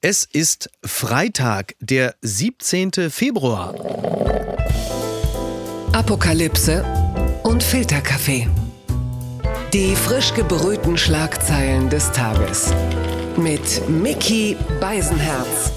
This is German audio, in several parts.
Es ist Freitag, der 17. Februar. Apokalypse und Filterkaffee. Die frisch gebrühten Schlagzeilen des Tages. Mit Micky Beisenherz.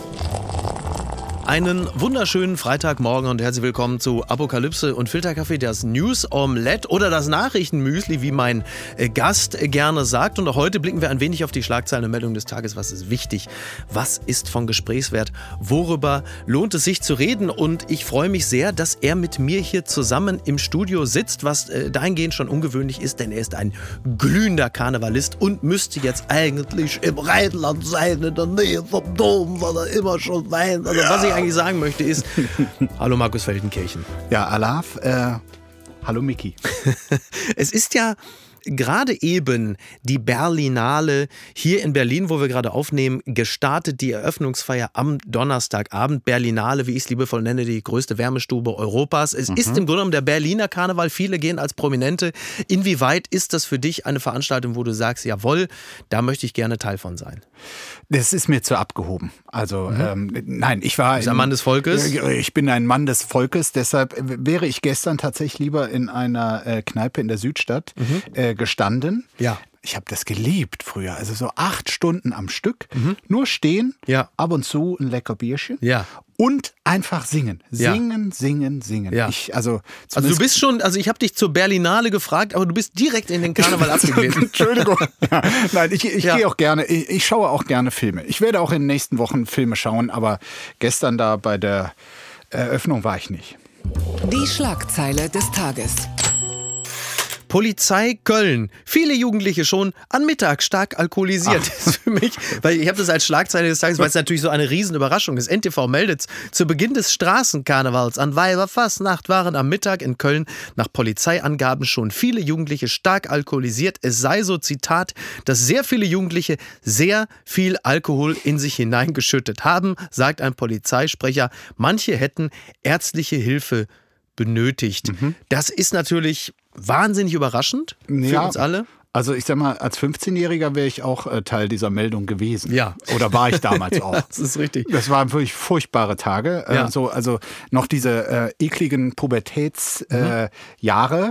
Einen wunderschönen Freitagmorgen und herzlich willkommen zu Apokalypse und Filterkaffee, das News Omelette oder das Nachrichtenmüsli, wie mein Gast gerne sagt. Und auch heute blicken wir ein wenig auf die Schlagzeilen und Meldungen des Tages. Was ist wichtig? Was ist von Gesprächswert? Worüber lohnt es sich zu reden? Und ich freue mich sehr, dass er mit mir hier zusammen im Studio sitzt, was dahingehend schon ungewöhnlich ist, denn er ist ein glühender Karnevalist und müsste jetzt eigentlich im Rheinland sein, in der Nähe vom Dom, weil er immer schon weint. Also was ich eigentlich sagen möchte ist, hallo Markus Feldenkirchen. Ja, Alaf, hallo Micky. Es ist ja gerade eben die Berlinale hier in Berlin, wo wir gerade aufnehmen, gestartet, die Eröffnungsfeier am Donnerstagabend. Berlinale, wie ich es liebevoll nenne, die größte Wärmestube Europas. Es ist im Grunde genommen der Berliner Karneval. Viele gehen als Prominente. Inwieweit ist das für dich eine Veranstaltung, wo du sagst, jawohl, da möchte ich gerne Teil von sein? Das ist mir zu abgehoben. Also, nein, ich war... Du bist ein Mann des Volkes? Ich bin ein Mann des Volkes, deshalb wäre ich gestern tatsächlich lieber in einer Kneipe in der Südstadt gestanden. Ja. Ich habe das geliebt früher, also so 8 Stunden am Stück, nur stehen, ab und zu ein lecker Bierchen und einfach singen. Singen. Ja. Also du bist schon, also ich habe dich zur Berlinale gefragt, aber du bist direkt in den Karneval abgeglitten. Entschuldigung. Ja. Nein, ich gehe auch gerne, ich schaue auch gerne Filme. Ich werde auch in den nächsten Wochen Filme schauen, aber gestern da bei der Eröffnung war ich nicht. Die Schlagzeile des Tages. Polizei Köln. Viele Jugendliche schon an Mittag stark alkoholisiert. Das ist für mich, weil ich habe das als Schlagzeile des Tages, weil es natürlich so eine Riesenüberraschung ist. NTV meldet, zu Beginn des Straßenkarnevals an Weiberfastnacht waren am Mittag in Köln nach Polizeiangaben schon viele Jugendliche stark alkoholisiert. Es sei so, Zitat, dass sehr viele Jugendliche sehr viel Alkohol in sich hineingeschüttet haben, sagt ein Polizeisprecher. Manche hätten ärztliche Hilfe benötigt. Das ist natürlich wahnsinnig überraschend für uns alle. Also ich sag mal, als 15-Jähriger wäre ich auch Teil dieser Meldung gewesen. Ja. Oder war ich damals auch. Das ist richtig. Das waren wirklich furchtbare Tage. Ja. Also noch diese ekligen Pubertätsjahre.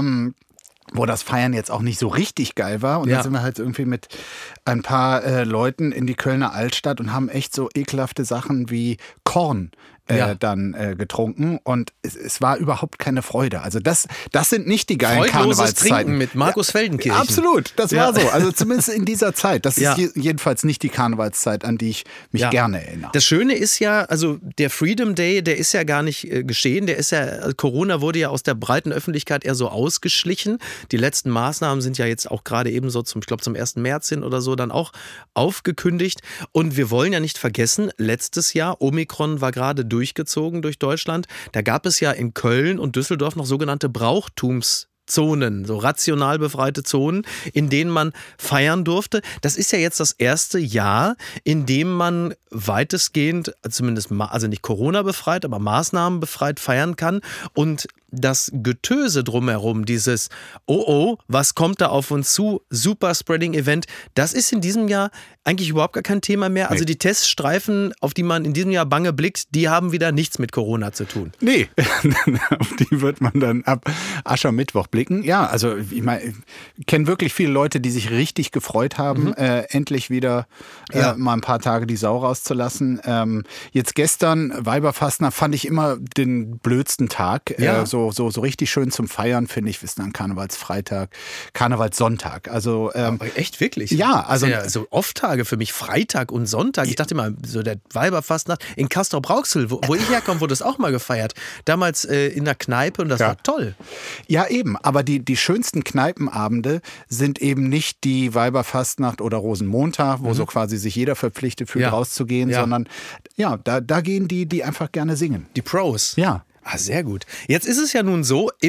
Wo das Feiern jetzt auch nicht so richtig geil war. Und dann sind wir halt irgendwie mit ein paar Leuten in die Kölner Altstadt und haben echt so ekelhafte Sachen wie Korn dann getrunken. Und es war überhaupt keine Freude. Also das sind nicht die geilen Karnevalszeiten. Trinken mit Markus Feldenkirchen. Absolut, das war so. Also zumindest in dieser Zeit. Das ist jedenfalls nicht die Karnevalszeit, an die ich mich gerne erinnere. Das Schöne ist ja, also der Freedom Day, der ist ja gar nicht geschehen. Der ist ja, Corona wurde ja aus der breiten Öffentlichkeit eher so ausgeschlichen. Die letzten Maßnahmen sind ja jetzt auch gerade eben so zum 1. März hin oder so dann auch aufgekündigt. Und wir wollen ja nicht vergessen, letztes Jahr, Omikron war gerade durchgezogen durch Deutschland. Da gab es ja in Köln und Düsseldorf noch sogenannte Brauchtumszonen, so rational befreite Zonen, in denen man feiern durfte. Das ist ja jetzt das erste Jahr, in dem man weitestgehend, zumindest, also nicht Corona-befreit, aber maßnahmenbefreit feiern kann. Und das Getöse drumherum, dieses was kommt da auf uns zu, Super-Spreading-Event, das ist in diesem Jahr eigentlich überhaupt gar kein Thema mehr. Also die Teststreifen, auf die man in diesem Jahr bange blickt, die haben wieder nichts mit Corona zu tun. Nee, auf die wird man dann ab Aschermittwoch blicken. Ja, also ich meine, ich kenne wirklich viele Leute, die sich richtig gefreut haben, endlich wieder mal ein paar Tage die Sau rauszulassen. Jetzt gestern, Weiberfastnacht, fand ich immer den blödsten Tag. So richtig schön zum Feiern, finde ich, ist dann Karnevalsfreitag, Karnevalssonntag. Also, aber echt, wirklich? Ja, also so Off-Tage für mich, Freitag und Sonntag. Ich dachte immer, so der Weiberfastnacht in Castrop-Rauxel, wo ich herkomme, wurde das auch mal gefeiert. Damals in der Kneipe und das war toll. Ja, eben. Aber die schönsten Kneipenabende sind eben nicht die Weiberfastnacht oder Rosenmontag, wo so quasi sich jeder verpflichtet fühlt, rauszugehen, sondern da gehen die einfach gerne singen. Die Pros. Ja. Sehr gut. Jetzt ist es ja nun so, im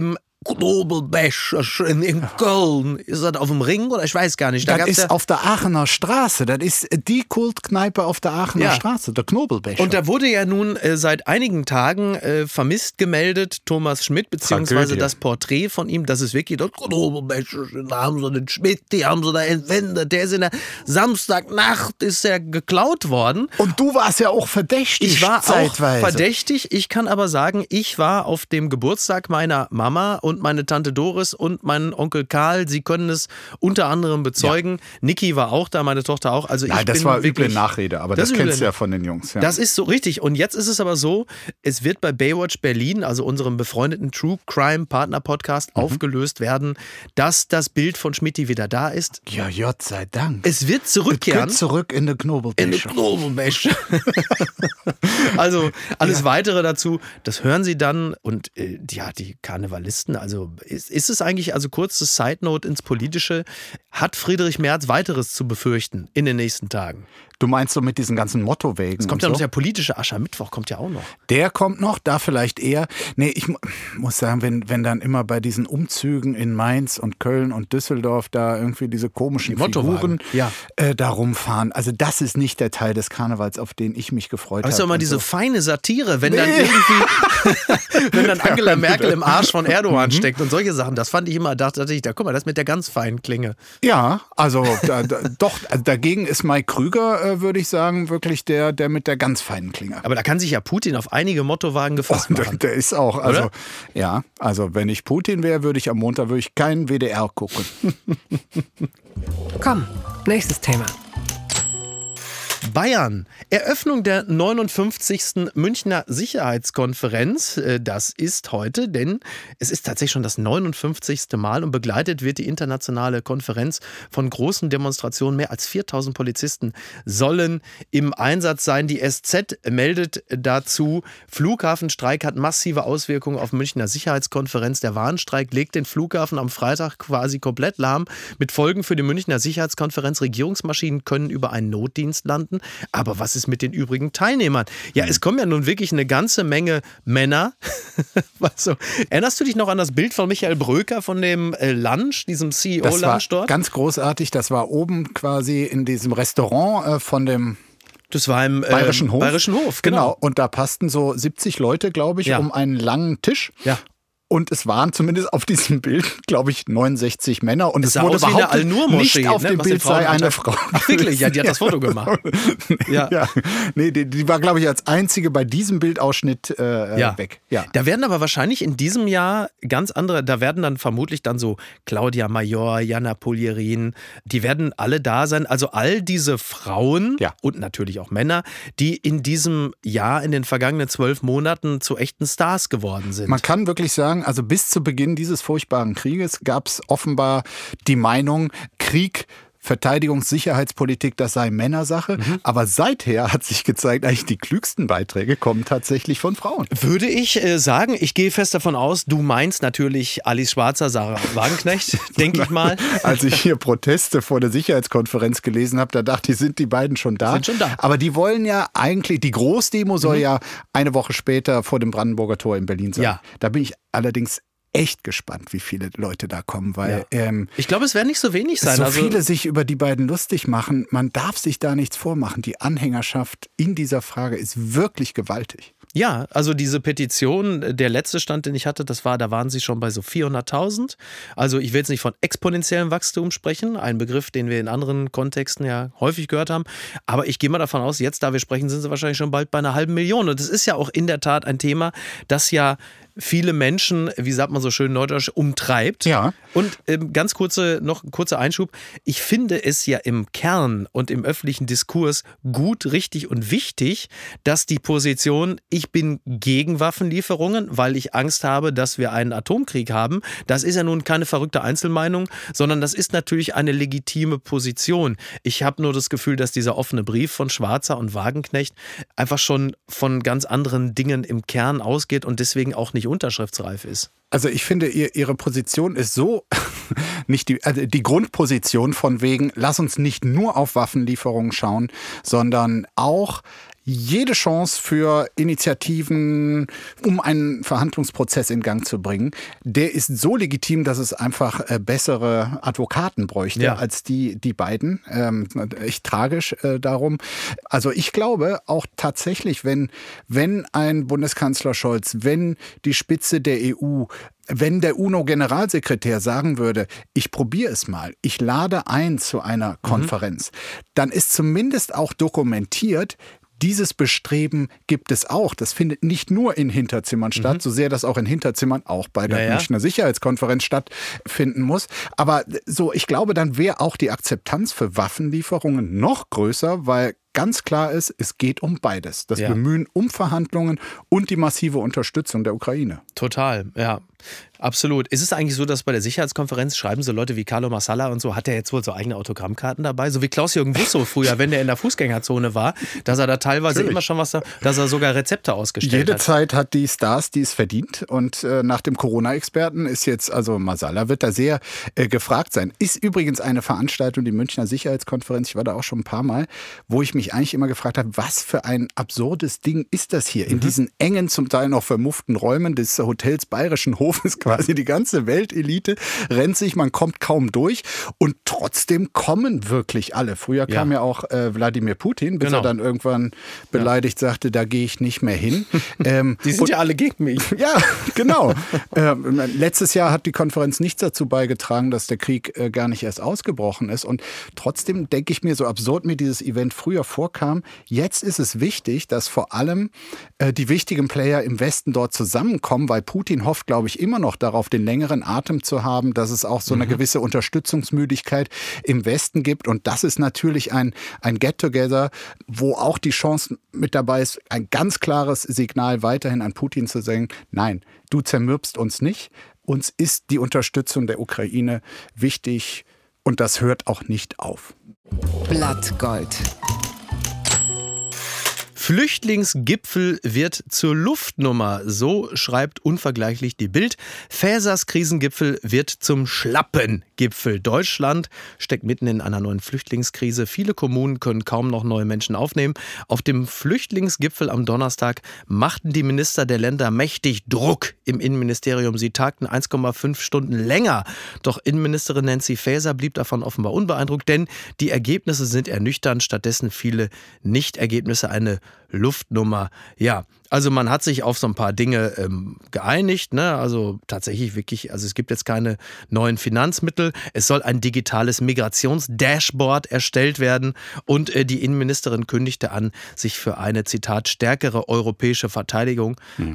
Knobelbecher in Köln. Ist das auf dem Ring oder ich weiß gar nicht. Das ist auf der Aachener Straße. Das ist die Kultkneipe auf der Aachener Straße, der Knobelbecher. Und da wurde ja nun seit einigen Tagen vermisst gemeldet, Thomas Schmidt, beziehungsweise das Porträt von ihm, das ist wirklich dort Knobelbecher. Da haben sie den Schmidt, die haben sie da entwendet. Der ist in der Samstagnacht ist er geklaut worden. Und du warst ja auch verdächtig. Ich war zeitweise auch verdächtig. Ich kann aber sagen, ich war auf dem Geburtstag meiner Mama und meine Tante Doris und mein Onkel Karl. Sie können es unter anderem bezeugen. Ja. Niki war auch da, meine Tochter auch. Also Nein, das war üble Nachrede, aber das kennst du ja von den Jungs. Ja. Das ist so richtig. Und jetzt ist es aber so, es wird bei Baywatch Berlin, also unserem befreundeten True Crime Partner Podcast, aufgelöst werden, dass das Bild von Schmidti wieder da ist. Ja, Gott sei Dank. Es wird zurückkehren. Es geht zurück in den Knobelbecher. In den Knobelbecher. Also alles Weitere dazu, das hören Sie dann. Und die Karnevalisten, also ist es eigentlich, also kurzes Side-Note ins Politische, hat Friedrich Merz weiteres zu befürchten in den nächsten Tagen? Du meinst so mit diesen ganzen Mottowägen? Es kommt ja noch der politische Aschermittwoch, kommt ja auch noch. Der kommt noch, da vielleicht eher. Nee, ich muss sagen, wenn dann immer bei diesen Umzügen in Mainz und Köln und Düsseldorf da irgendwie diese komischen Figuren da rumfahren, also das ist nicht der Teil des Karnevals, auf den ich mich gefreut habe. Aber ist doch mal diese feine Satire, wenn dann irgendwie, wenn dann Angela Merkel im Arsch von Erdogan steckt und solche Sachen, das fand ich immer, dachte ich, da guck mal, das mit der ganz feinen Klinge. Ja, also doch, dagegen ist Mike Krüger, würde ich sagen, wirklich der mit der ganz feinen Klinge. Aber da kann sich ja Putin auf einige Mottowagen gefasst machen. Der ist auch, also, ja, also wenn ich Putin wäre, würde ich am Montag keinen WDR gucken. Komm, nächstes Thema. Bayern. Eröffnung der 59. Münchner Sicherheitskonferenz. Das ist heute, denn es ist tatsächlich schon das 59. Mal und begleitet wird die internationale Konferenz von großen Demonstrationen. Mehr als 4000 Polizisten sollen im Einsatz sein. Die SZ meldet dazu, Flughafenstreik hat massive Auswirkungen auf Münchner Sicherheitskonferenz. Der Warnstreik legt den Flughafen am Freitag quasi komplett lahm. Mit Folgen für die Münchner Sicherheitskonferenz. Regierungsmaschinen können über einen Notdienst landen. Aber was ist mit den übrigen Teilnehmern? Ja, es kommen ja nun wirklich eine ganze Menge Männer. Also, erinnerst du dich noch an das Bild von Michael Bröker von dem Lunch, diesem CEO-Lunch dort? Ganz großartig. Das war oben quasi in diesem Restaurant von dem... Das war im Bayerischen Hof. Genau. Und da passten so 70 Leute, glaube ich, um einen langen Tisch. Ja. Und es waren zumindest auf diesem Bild, glaube ich, 69 Männer. Und es wurde behauptet, nicht auf dem Bild sei eine Frau. Ach wirklich? Ja, die hat das Foto gemacht. Ja. Nee, die war, glaube ich, als einzige bei diesem Bildausschnitt weg. Ja. Da werden aber wahrscheinlich in diesem Jahr ganz andere, da werden dann vermutlich dann so Claudia Major, Jana Polierin, die werden alle da sein. Also all diese Frauen und natürlich auch Männer, die in diesem Jahr, in den vergangenen 12 Monaten zu echten Stars geworden sind. Man kann wirklich sagen, also bis zu Beginn dieses furchtbaren Krieges gab es offenbar die Meinung, Krieg, Verteidigungs-Sicherheitspolitik, das sei Männersache. Aber seither hat sich gezeigt, eigentlich die klügsten Beiträge kommen tatsächlich von Frauen. Würde ich sagen, ich gehe fest davon aus, du meinst natürlich Alice Schwarzer, Sarah Wagenknecht, denke ich mal. Als ich hier Proteste vor der Sicherheitskonferenz gelesen habe, da dachte ich, sind die beiden schon da? Sind schon da. Aber die wollen ja eigentlich, die Großdemo soll ja eine Woche später vor dem Brandenburger Tor in Berlin sein. Ja. Da bin ich allerdings echt gespannt, wie viele Leute da kommen, weil ich glaube, es werden nicht so wenig sein. So viele sich über die beiden lustig machen, man darf sich da nichts vormachen. Die Anhängerschaft in dieser Frage ist wirklich gewaltig. Ja, also diese Petition, der letzte Stand, den ich hatte, da waren sie schon bei so 400.000. Also ich will jetzt nicht von exponentiellem Wachstum sprechen, ein Begriff, den wir in anderen Kontexten ja häufig gehört haben. Aber ich gehe mal davon aus, jetzt, da wir sprechen, sind sie wahrscheinlich schon bald bei einer 500.000. Und das ist ja auch in der Tat ein Thema, das ja viele Menschen, wie sagt man so schön neudeutsch, umtreibt. Ja. Und noch ein kurzer Einschub. Ich finde es ja im Kern und im öffentlichen Diskurs gut, richtig und wichtig, dass die Position, ich bin gegen Waffenlieferungen, weil ich Angst habe, dass wir einen Atomkrieg haben, das ist ja nun keine verrückte Einzelmeinung, sondern das ist natürlich eine legitime Position. Ich habe nur das Gefühl, dass dieser offene Brief von Schwarzer und Wagenknecht einfach schon von ganz anderen Dingen im Kern ausgeht und deswegen auch nicht unterschriftsreif ist. Also ich finde, ihre Position ist so nicht die Grundposition von wegen, lass uns nicht nur auf Waffenlieferungen schauen, sondern auch jede Chance für Initiativen, um einen Verhandlungsprozess in Gang zu bringen, der ist so legitim, dass es einfach bessere Advokaten bräuchte als die beiden. Echt tragisch darum. Also ich glaube auch tatsächlich, wenn ein Bundeskanzler Scholz, wenn die Spitze der EU, wenn der UNO-Generalsekretär sagen würde, ich probiere es mal, ich lade ein zu einer Konferenz, dann ist zumindest auch dokumentiert, dieses Bestreben gibt es auch. Das findet nicht nur in Hinterzimmern statt, so sehr das auch in Hinterzimmern auch bei der Münchner Sicherheitskonferenz stattfinden muss. Aber so, ich glaube, dann wäre auch die Akzeptanz für Waffenlieferungen noch größer, weil ganz klar ist, es geht um beides. Das Bemühen um Verhandlungen und die massive Unterstützung der Ukraine. Total, ja. Absolut. Ist es eigentlich so, dass bei der Sicherheitskonferenz schreiben so Leute wie Carlo Massala und so, hat er jetzt wohl so eigene Autogrammkarten dabei? So wie Klaus-Jürgen Busso früher, wenn der in der Fußgängerzone war, dass er da teilweise immer schon dass er sogar Rezepte ausgestellt hat. Jede Zeit hat die Stars, die es verdient. Und nach dem Corona-Experten ist jetzt, also Massala wird da sehr gefragt sein. Ist übrigens eine Veranstaltung, die Münchner Sicherheitskonferenz, ich war da auch schon ein paar Mal, wo ich mich eigentlich immer gefragt habe, was für ein absurdes Ding ist das hier? In diesen engen, zum Teil noch vermufften Räumen des Hotels Bayerischen Hofes, quasi die ganze Weltelite rennt sich, man kommt kaum durch und trotzdem kommen wirklich alle. Früher kam ja auch Wladimir Putin, bis er dann irgendwann beleidigt sagte, da gehe ich nicht mehr hin. Die sind ja alle gegen mich. Ja, genau. Letztes Jahr hat die Konferenz nichts dazu beigetragen, dass der Krieg gar nicht erst ausgebrochen ist und trotzdem denke ich mir, so absurd mir dieses Event früher vorkam, jetzt ist es wichtig, dass vor allem die wichtigen Player im Westen dort zusammenkommen, weil Putin hofft, glaube ich, immer noch darauf, den längeren Atem zu haben, dass es auch so eine gewisse Unterstützungsmüdigkeit im Westen gibt. Und das ist natürlich ein Get-Together, wo auch die Chance mit dabei ist, ein ganz klares Signal weiterhin an Putin zu sagen, nein, du zermürbst uns nicht. Uns ist die Unterstützung der Ukraine wichtig und das hört auch nicht auf. Blattgold. Flüchtlingsgipfel wird zur Luftnummer, so schreibt unvergleichlich die Bild. Faesers Krisengipfel wird zum Schlappengipfel. Deutschland steckt mitten in einer neuen Flüchtlingskrise. Viele Kommunen können kaum noch neue Menschen aufnehmen. Auf dem Flüchtlingsgipfel am Donnerstag machten die Minister der Länder mächtig Druck im Innenministerium. Sie tagten 1,5 Stunden länger. Doch Innenministerin Nancy Faeser blieb davon offenbar unbeeindruckt, denn die Ergebnisse sind ernüchternd. Stattdessen viele Nichtergebnisse, eine Luftnummer. Ja, also man hat sich auf so ein paar Dinge geeinigt, ne? Also tatsächlich wirklich, also es gibt jetzt keine neuen Finanzmittel. Es soll ein digitales Migrationsdashboard erstellt werden und die Innenministerin kündigte an, sich für eine, Zitat, stärkere europäische Verteilung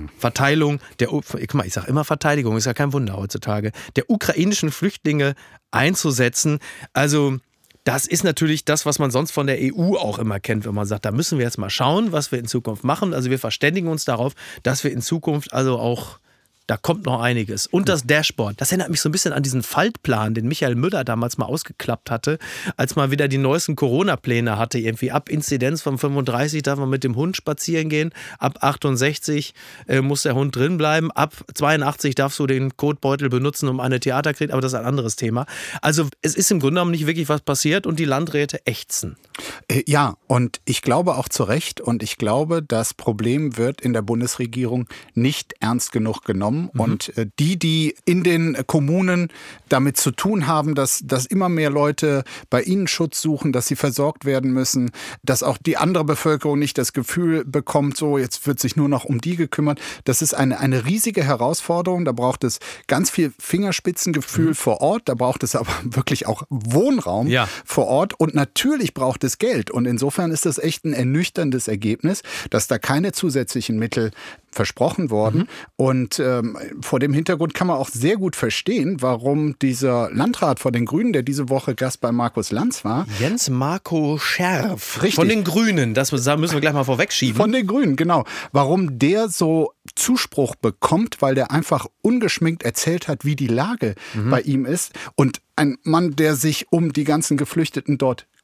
der, guck mal, ich sage immer Verteidigung, ist ja kein Wunder heutzutage, der ukrainischen Flüchtlinge einzusetzen. Also das ist natürlich das, was man sonst von der EU auch immer kennt, wenn man sagt, da müssen wir jetzt mal schauen, was wir in Zukunft machen. Also wir verständigen uns darauf, dass wir in Zukunft also auch, da kommt noch einiges. Und das Dashboard, das erinnert mich so ein bisschen an diesen Faltplan, den Michael Müller damals mal ausgeklappt hatte, als man wieder die neuesten Corona-Pläne hatte. Irgendwie ab Inzidenz von 35 darf man mit dem Hund spazieren gehen, ab 68 muss der Hund drin bleiben, ab 82 darfst du den Kotbeutel benutzen, um eine Theaterkritik, aber das ist ein anderes Thema. Also es ist im Grunde genommen nicht wirklich was passiert und die Landräte ächzen. Ja, und ich glaube auch zu Recht und ich glaube, das Problem wird in der Bundesregierung nicht ernst genug genommen. Und die in den Kommunen damit zu tun haben, dass immer mehr Leute bei ihnen Schutz suchen, dass sie versorgt werden müssen, dass auch die andere Bevölkerung nicht das Gefühl bekommt, so jetzt wird sich nur noch um die gekümmert. Das ist eine riesige Herausforderung. Da braucht es ganz viel Fingerspitzengefühl vor Ort. Da braucht es aber wirklich auch Wohnraum vor Ort. Und natürlich braucht es Geld. Und insofern ist das echt ein ernüchterndes Ergebnis, dass da keine zusätzlichen Mittel versprochen worden. Und vor dem Hintergrund kann man auch sehr gut verstehen, warum dieser Landrat von den Grünen, der diese Woche Gast bei Markus Lanz war. Jens Marco Scherf. Richtig. Von den Grünen, das müssen wir gleich mal vorwegschieben. Von den Grünen, genau. Warum der so Zuspruch bekommt, weil der einfach ungeschminkt erzählt hat, wie die Lage bei ihm ist. Und ein Mann, der sich um die ganzen Geflüchteten dort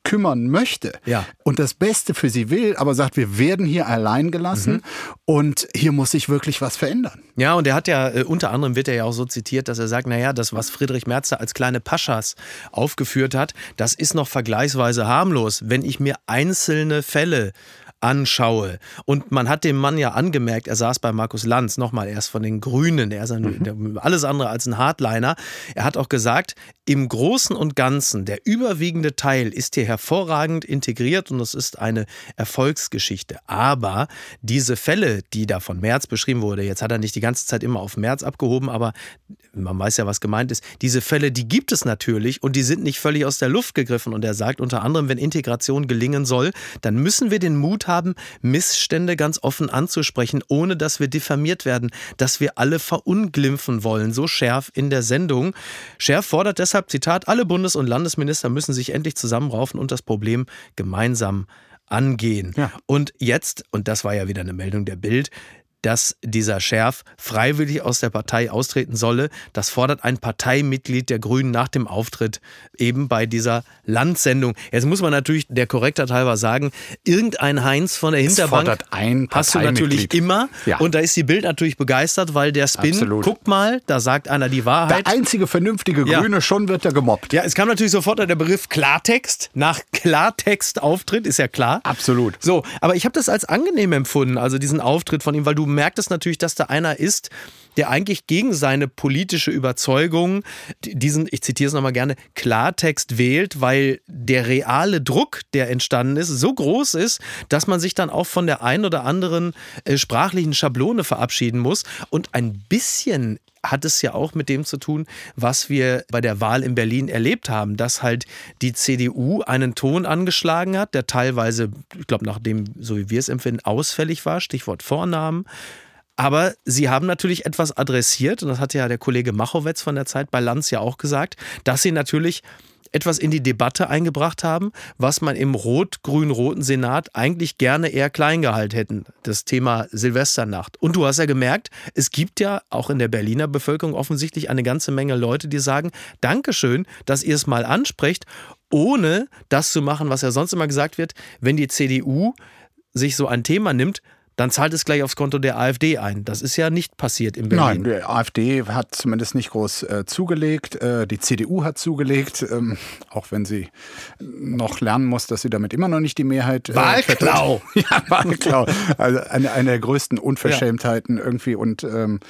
kümmern möchte und das Beste für sie will, aber sagt, wir werden hier allein gelassen und hier muss sich wirklich was verändern. Ja, und er hat ja, unter anderem wird er ja auch so zitiert, dass er sagt, naja, das, was Friedrich Merz da als kleine Paschas aufgeführt hat, das ist noch vergleichsweise harmlos, wenn ich mir einzelne Fälle anschaue. Und man hat dem Mann ja angemerkt, er saß bei Markus Lanz, nochmal, er ist von den Grünen, er ist alles andere als ein Hardliner. Er hat auch gesagt, im Großen und Ganzen, der überwiegende Teil ist hier hervorragend integriert und es ist eine Erfolgsgeschichte. Aber diese Fälle, die da von Merz beschrieben wurde, jetzt hat er nicht die ganze Zeit immer auf Merz abgehoben, aber man weiß ja, was gemeint ist, diese Fälle, die gibt es natürlich und die sind nicht völlig aus der Luft gegriffen. Und er sagt unter anderem, wenn Integration gelingen soll, dann müssen wir den Mut haben, Missstände ganz offen anzusprechen, ohne dass wir diffamiert werden, dass wir alle verunglimpfen wollen. So Scherf in der Sendung. Scherf fordert deshalb, Zitat, alle Bundes- und Landesminister müssen sich endlich zusammenraufen und das Problem gemeinsam angehen. Ja. Und jetzt, und das war ja wieder eine Meldung der Bild, dass dieser Scherf freiwillig aus der Partei austreten solle. Das fordert ein Parteimitglied der Grünen nach dem Auftritt eben bei dieser Landsendung. Jetzt muss man natürlich der Korrektheit halber sagen, irgendein Heinz von der Hinterbank hast du natürlich immer. Ja. Und da ist die Bild natürlich begeistert, weil der Spin, absolut. Guck mal, da sagt einer die Wahrheit. Der einzige vernünftige Grüne, schon wird er gemobbt. Ja, es kam natürlich sofort der Begriff Klartext. Nach Klartext Auftritt, ist ja klar. Absolut. So, aber ich habe das als angenehm empfunden, also diesen Auftritt von ihm, weil du merktest natürlich, dass da einer ist, der eigentlich gegen seine politische Überzeugung diesen, ich zitiere es nochmal gerne, Klartext wählt, weil der reale Druck, der entstanden ist, so groß ist, dass man sich dann auch von der einen oder anderen sprachlichen Schablone verabschieden muss. Und ein bisschen hat es ja auch mit dem zu tun, was wir bei der Wahl in Berlin erlebt haben, dass halt die CDU einen Ton angeschlagen hat, der teilweise, ich glaube, nachdem, so wie wir es empfinden, ausfällig war, Stichwort Vornamen. Aber sie haben natürlich etwas adressiert, und das hat ja der Kollege Machowetz von der Zeit bei Lanz ja auch gesagt, dass sie natürlich etwas in die Debatte eingebracht haben, was man im rot-grün-roten Senat eigentlich gerne eher klein gehalten hätten, das Thema Silvesternacht. Und du hast ja gemerkt, es gibt ja auch in der Berliner Bevölkerung offensichtlich eine ganze Menge Leute, die sagen, Dankeschön, dass ihr es mal ansprecht, ohne das zu machen, was ja sonst immer gesagt wird, wenn die CDU sich so ein Thema nimmt, dann zahlt es gleich aufs Konto der AfD ein. Das ist ja nicht passiert in Berlin. Nein, die AfD hat zumindest nicht groß zugelegt. Die CDU hat zugelegt, auch wenn sie noch lernen muss, dass sie damit immer noch nicht die Mehrheit Wahlklau! Ja, Wahlklau. Also eine der größten Unverschämtheiten irgendwie und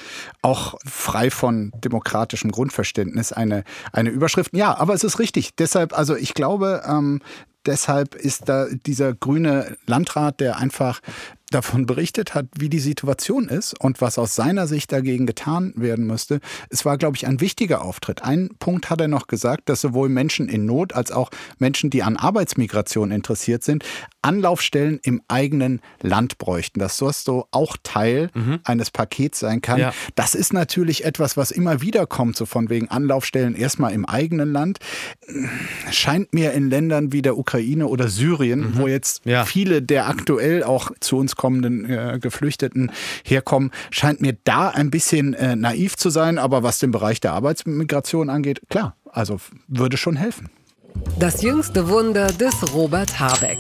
auch frei von demokratischem Grundverständnis eine Überschrift. Ja, aber es ist richtig. Deshalb, also ich glaube, deshalb ist da dieser grüne Landrat, der einfach davon berichtet hat, wie die Situation ist und was aus seiner Sicht dagegen getan werden müsste. Es war, glaube ich, ein wichtiger Auftritt. Ein Punkt hat er noch gesagt, dass sowohl Menschen in Not als auch Menschen, die an Arbeitsmigration interessiert sind, Anlaufstellen im eigenen Land bräuchten. Dass das so auch Teil eines Pakets sein kann. Ja. Das ist natürlich etwas, was immer wieder kommt, so von wegen Anlaufstellen erstmal im eigenen Land. Scheint mir in Ländern wie der Ukraine oder Syrien, wo jetzt viele der aktuell auch zu uns kommenden Geflüchteten herkommen, scheint mir da ein bisschen naiv zu sein. Aber was den Bereich der Arbeitsmigration angeht, klar, also würde schon helfen. Das jüngste Wunder des Robert Habeck.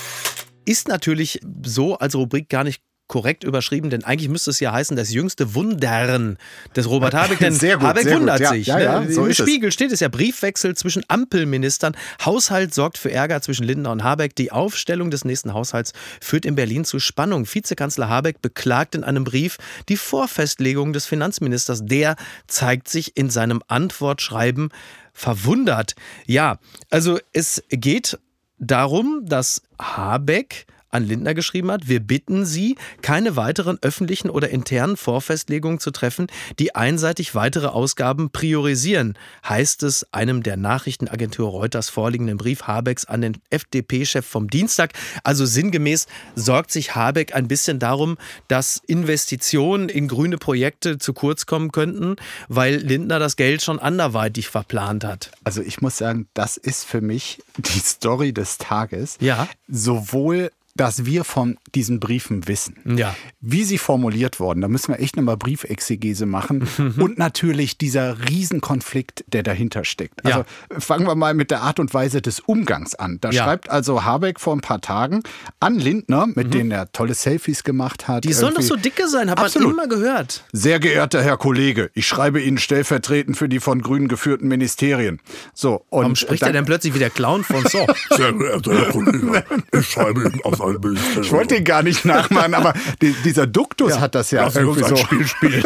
Ist natürlich so als Rubrik gar nicht korrekt überschrieben, denn eigentlich müsste es ja heißen, das jüngste Wundern des Robert Habeck, denn sehr gut, Habeck wundert sich. Ja, so im Spiegel steht es ja, Briefwechsel zwischen Ampelministern, Haushalt sorgt für Ärger zwischen Lindner und Habeck, die Aufstellung des nächsten Haushalts führt in Berlin zu Spannung. Vizekanzler Habeck beklagt in einem Brief die Vorfestlegung des Finanzministers. Der zeigt sich in seinem Antwortschreiben verwundert. Ja, also es geht darum, dass Habeck an Lindner geschrieben hat, wir bitten Sie, keine weiteren öffentlichen oder internen Vorfestlegungen zu treffen, die einseitig weitere Ausgaben priorisieren, heißt es einem der Nachrichtenagentur Reuters vorliegenden Brief Habecks an den FDP-Chef vom Dienstag. Also sinngemäß sorgt sich Habeck ein bisschen darum, dass Investitionen in grüne Projekte zu kurz kommen könnten, weil Lindner das Geld schon anderweitig verplant hat. Also ich muss sagen, das ist für mich die Story des Tages. Ja. Sowohl dass wir von diesen Briefen wissen. Ja. Wie sie formuliert wurden, da müssen wir echt nochmal Briefexegese machen. Und natürlich dieser Riesenkonflikt, der dahinter steckt. Also fangen wir mal mit der Art und Weise des Umgangs an. Da schreibt also Habeck vor ein paar Tagen an Lindner, mit denen er tolle Selfies gemacht hat. Die sollen doch so dicke sein, hat man immer gehört. Sehr geehrter Herr Kollege, ich schreibe Ihnen stellvertretend für die von Grünen geführten Ministerien. So, und warum spricht er denn plötzlich wie der Clown von So? Sehr geehrter Herr Kollege, ich schreibe Ihnen auf ein Ministerium. Ich wollte ihn gar nicht nachmachen, aber dieser Duktus hat das ja irgendwie so. Spiel.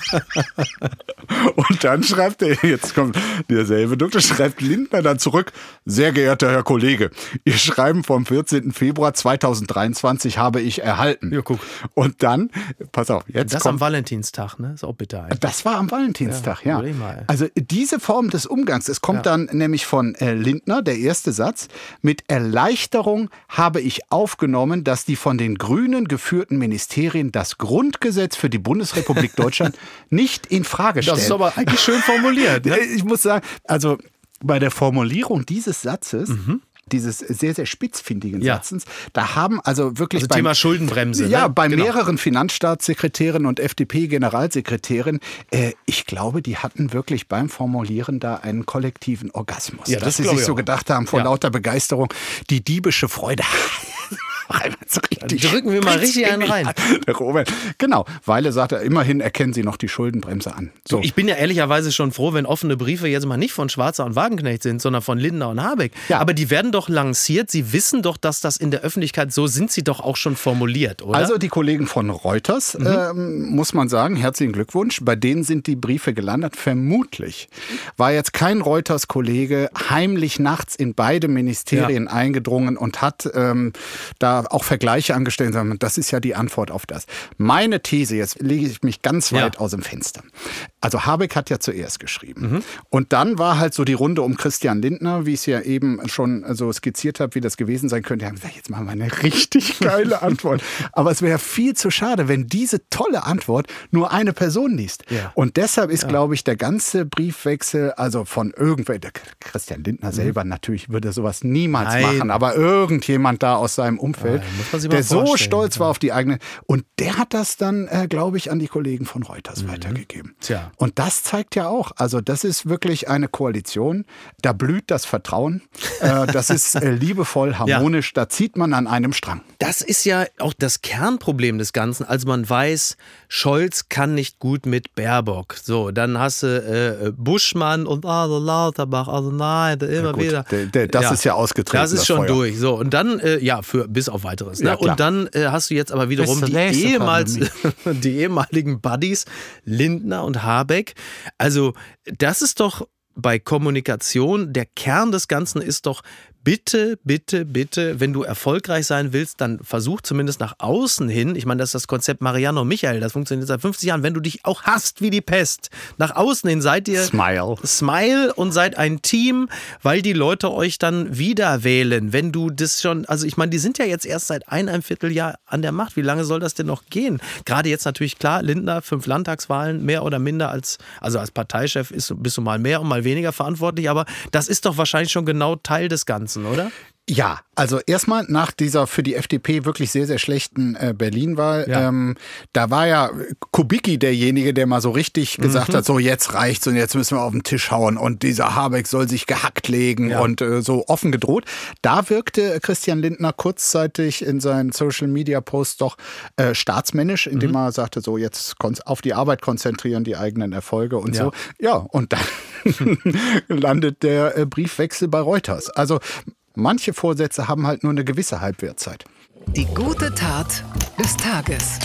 Und dann schreibt er, jetzt kommt derselbe Duktus, schreibt Lindner dann zurück, sehr geehrter Herr Kollege, Ihr Schreiben vom 14. Februar 2023 habe ich erhalten. Ja, guck. Und dann, pass auf, jetzt das kommt... am Valentinstag, ne? Ist auch bitter eigentlich. Das war am Valentinstag, ja. Mal. Also diese Form des Umgangs, es kommt dann nämlich von Lindner, der erste Satz, mit Erleichterung habe ich aufgenommen, dass die von den Grünen geführten Ministerien das Grundgesetz für die Bundesrepublik Deutschland nicht in Frage stellen. Das ist aber eigentlich schön formuliert. Ne? Ich muss sagen, also bei der Formulierung dieses Satzes, dieses sehr, sehr spitzfindigen Satzes, da haben also wirklich also Thema Schuldenbremse. Ja, ne? bei mehreren Finanzstaatssekretären und FDP-Generalsekretären, ich glaube, die hatten wirklich beim Formulieren da einen kollektiven Orgasmus. Ja, dass sie sich so gedacht haben, vor lauter Begeisterung, die diebische Freude. So richtig, drücken wir mal richtig einen rein. Der Robert. Genau, Weile sagt er, immerhin erkennen Sie noch die Schuldenbremse an. So. Ich bin ja ehrlicherweise schon froh, wenn offene Briefe jetzt mal nicht von Schwarzer und Wagenknecht sind, sondern von Lindner und Habeck. Ja. Aber die werden doch lanciert. Sie wissen doch, dass das in der Öffentlichkeit, so sind sie doch auch schon formuliert, oder? Also die Kollegen von Reuters, muss man sagen, herzlichen Glückwunsch. Bei denen sind die Briefe gelandet. Vermutlich war jetzt kein Reuters-Kollege heimlich nachts in beide Ministerien eingedrungen und hat da auch Vergleiche angestellt und sagen, das ist ja die Antwort auf das. Meine These, jetzt lege ich mich ganz weit aus dem Fenster. Also Habeck hat ja zuerst geschrieben. Und dann war halt so die Runde um Christian Lindner, wie ich es ja eben schon so skizziert habe, wie das gewesen sein könnte. Ich habe gesagt, jetzt machen wir eine richtig geile Antwort. Aber es wäre viel zu schade, wenn diese tolle Antwort nur eine Person liest. Ja. Und deshalb ist, glaube ich, der ganze Briefwechsel, also von irgendwer, der Christian Lindner selber natürlich würde sowas niemals machen, aber irgendjemand da aus seinem Umfeld, der so stolz war auf die eigene. Und der hat das dann, glaube ich, an die Kollegen von Reuters weitergegeben. Tja. Und das zeigt ja auch, also das ist wirklich eine Koalition, da blüht das Vertrauen, das ist liebevoll, harmonisch, da zieht man an einem Strang. Das ist ja auch das Kernproblem des Ganzen, als man weiß, Scholz kann nicht gut mit Baerbock. So, dann hast du Buschmann und Lauterbach, also nein, immer wieder. Das ist ja ausgetreten. Das ist schon Feuer durch. So, und dann, bis auf Weiteres. Ne? Und dann hast du jetzt aber wiederum die ehemaligen Buddies, Lindner und Habeck. Also, das ist doch bei Kommunikation, der Kern des Ganzen ist doch, bitte, bitte, bitte, wenn du erfolgreich sein willst, dann versuch zumindest nach außen hin, ich meine, das ist das Konzept Marianne und Michael, das funktioniert seit 50 Jahren, wenn du dich auch hasst wie die Pest, nach außen hin seid ihr Smile und seid ein Team, weil die Leute euch dann wieder wählen, wenn du das schon, also ich meine, die sind ja jetzt erst seit einem Vierteljahr an der Macht, wie lange soll das denn noch gehen? Gerade jetzt natürlich klar, Lindner, 5 Landtagswahlen, mehr oder minder als Parteichef bist du mal mehr und mal weniger verantwortlich, aber das ist doch wahrscheinlich schon genau Teil des Ganzen, oder? Ja, also erstmal nach dieser für die FDP wirklich sehr, sehr schlechten Berlin-Wahl, da war ja Kubicki derjenige, der mal so richtig gesagt hat, so jetzt reicht's und jetzt müssen wir auf den Tisch hauen und dieser Habeck soll sich gehackt legen und so offen gedroht. Da wirkte Christian Lindner kurzzeitig in seinen Social-Media-Posts doch staatsmännisch, indem er sagte, so jetzt auf die Arbeit konzentrieren, die eigenen Erfolge und so. Ja, und dann landet der Briefwechsel bei Reuters. Also manche Vorsätze haben halt nur eine gewisse Halbwertszeit. Die gute Tat des Tages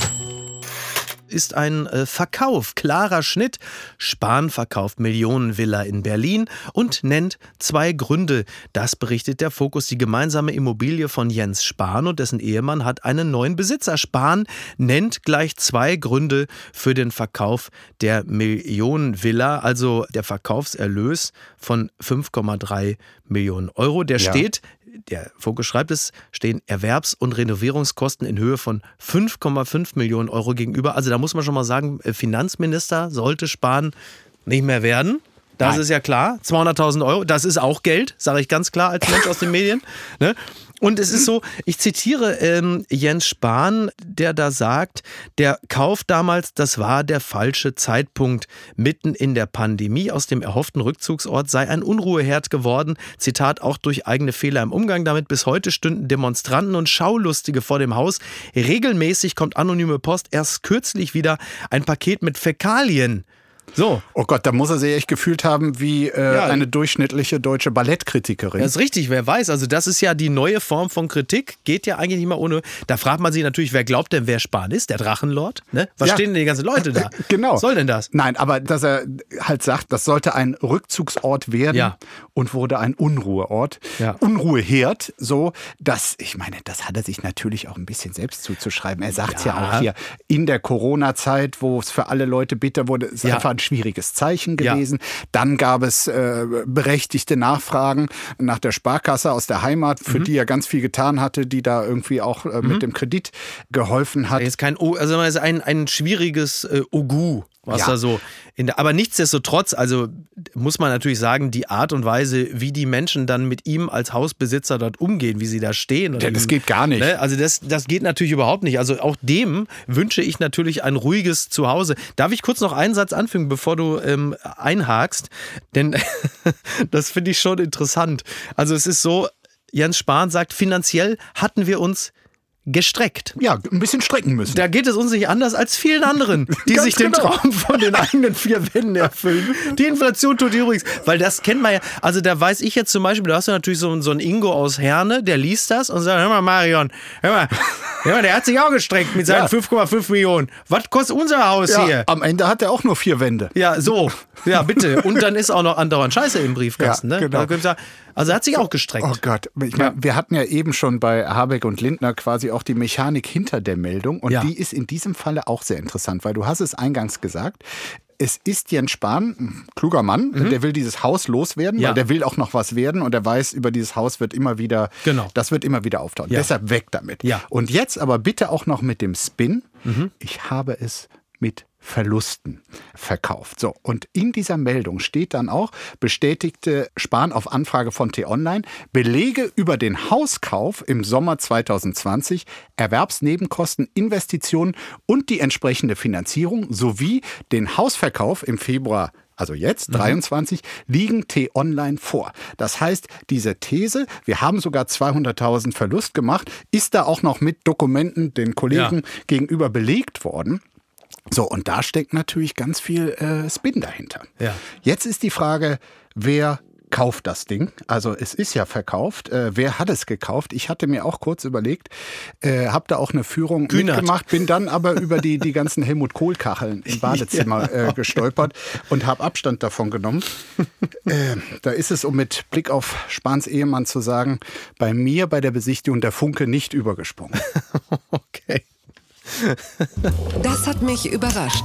ist ein Verkauf, klarer Schnitt. Spahn verkauft Millionenvilla in Berlin und nennt 2 Gründe. Das berichtet der Fokus. Die gemeinsame Immobilie von Jens Spahn und dessen Ehemann hat einen neuen Besitzer. Spahn nennt gleich 2 Gründe für den Verkauf der Millionenvilla, also der Verkaufserlös von 5,3 Millionen Euro. Der steht, der Fokus schreibt es, stehen Erwerbs- und Renovierungskosten in Höhe von 5,5 Millionen Euro gegenüber. Also da muss man schon mal sagen, Finanzminister sollte Spahn nicht mehr werden. Das ist ja klar. 200.000 Euro, das ist auch Geld, sage ich ganz klar als Mensch aus den Medien. Ne? Und es ist so, ich zitiere Jens Spahn, der da sagt, der Kauf damals, das war der falsche Zeitpunkt. Mitten in der Pandemie aus dem erhofften Rückzugsort sei ein Unruheherd geworden. Zitat, auch durch eigene Fehler im Umgang damit. Bis heute stünden Demonstranten und Schaulustige vor dem Haus. Regelmäßig kommt anonyme Post. Erst kürzlich wieder ein Paket mit Fäkalien. So. Oh Gott, da muss er sich echt gefühlt haben wie eine durchschnittliche deutsche Ballettkritikerin. Das ist richtig, wer weiß. Also das ist ja die neue Form von Kritik. Geht ja eigentlich nicht mehr ohne. Da fragt man sich natürlich, wer glaubt denn, wer Spahn ist? Der Drachenlord? Ne? Was stehen denn die ganzen Leute da? Genau. Was soll denn das? Nein, aber dass er halt sagt, das sollte ein Rückzugsort werden und wurde ein Unruheort. Ja. Unruheherd. So, ich meine, das hat er sich natürlich auch ein bisschen selbst zuzuschreiben. Er sagt es ja auch hier, in der Corona-Zeit, wo es für alle Leute bitter wurde, ist einfach ein schwieriges Zeichen gewesen. Ja. Dann gab es berechtigte Nachfragen nach der Sparkasse aus der Heimat, für die er ganz viel getan hatte, die da irgendwie auch mit dem Kredit geholfen hat. Jetzt ein schwieriges Ogu. Was da so aber nichtsdestotrotz, also muss man natürlich sagen, die Art und Weise, wie die Menschen dann mit ihm als Hausbesitzer dort umgehen, wie sie da stehen. Ja, das geht gar nicht. Ne? Also das geht natürlich überhaupt nicht. Also auch dem wünsche ich natürlich ein ruhiges Zuhause. Darf ich kurz noch einen Satz anfügen, bevor du einhakst? Denn das finde ich schon interessant. Also es ist so, Jens Spahn sagt, finanziell hatten wir uns gestreckt. Ja, ein bisschen strecken müssen. Da geht es uns nicht anders als vielen anderen, die sich den Traum von den eigenen vier Wänden erfüllen. Die Inflation tut übrigens, weil das kennt man ja, also da weiß ich jetzt zum Beispiel, da hast du natürlich so einen Ingo aus Herne, der liest das und sagt, hör mal Marion, hör mal, der hat sich auch gestreckt mit seinen 5,5 Millionen. Was kostet unser Haus hier? Am Ende hat er auch nur 4 Wände. Ja, so. Ja, bitte. Und dann ist auch noch andauernd Scheiße im Briefkasten. Ja, ne? Genau. Also er hat sich auch gestreckt. Oh Gott, ich meine, wir hatten ja eben schon bei Habeck und Lindner quasi auch die Mechanik hinter der Meldung und die ist in diesem Falle auch sehr interessant, weil du hast es eingangs gesagt, es ist Jens Spahn, ein kluger Mann, der will dieses Haus loswerden, weil der will auch noch was werden und er weiß, über dieses Haus wird immer wieder, das wird immer wieder auftauchen. Deshalb weg damit. Ja. Und jetzt aber bitte auch noch mit dem Spin, ich habe es mit Verlusten verkauft. So, und in dieser Meldung steht dann auch, bestätigte Spahn auf Anfrage von T-Online, Belege über den Hauskauf im Sommer 2020, Erwerbsnebenkosten, Investitionen und die entsprechende Finanzierung sowie den Hausverkauf im Februar, also jetzt, 23, liegen T-Online vor. Das heißt, diese These, wir haben sogar 200.000 Verlust gemacht, ist da auch noch mit Dokumenten den Kollegen gegenüber belegt worden. So, und da steckt natürlich ganz viel Spin dahinter. Ja. Jetzt ist die Frage, wer kauft das Ding? Also es ist ja verkauft. Wer hat es gekauft? Ich hatte mir auch kurz überlegt, habe da auch eine Führung mitgemacht, bin dann aber über die ganzen Helmut-Kohl-Kacheln im Badezimmer gestolpert und habe Abstand davon genommen. Da ist es, um mit Blick auf Spahns Ehemann zu sagen, bei mir bei der Besichtigung der Funke nicht übergesprungen. Okay. Das hat mich überrascht.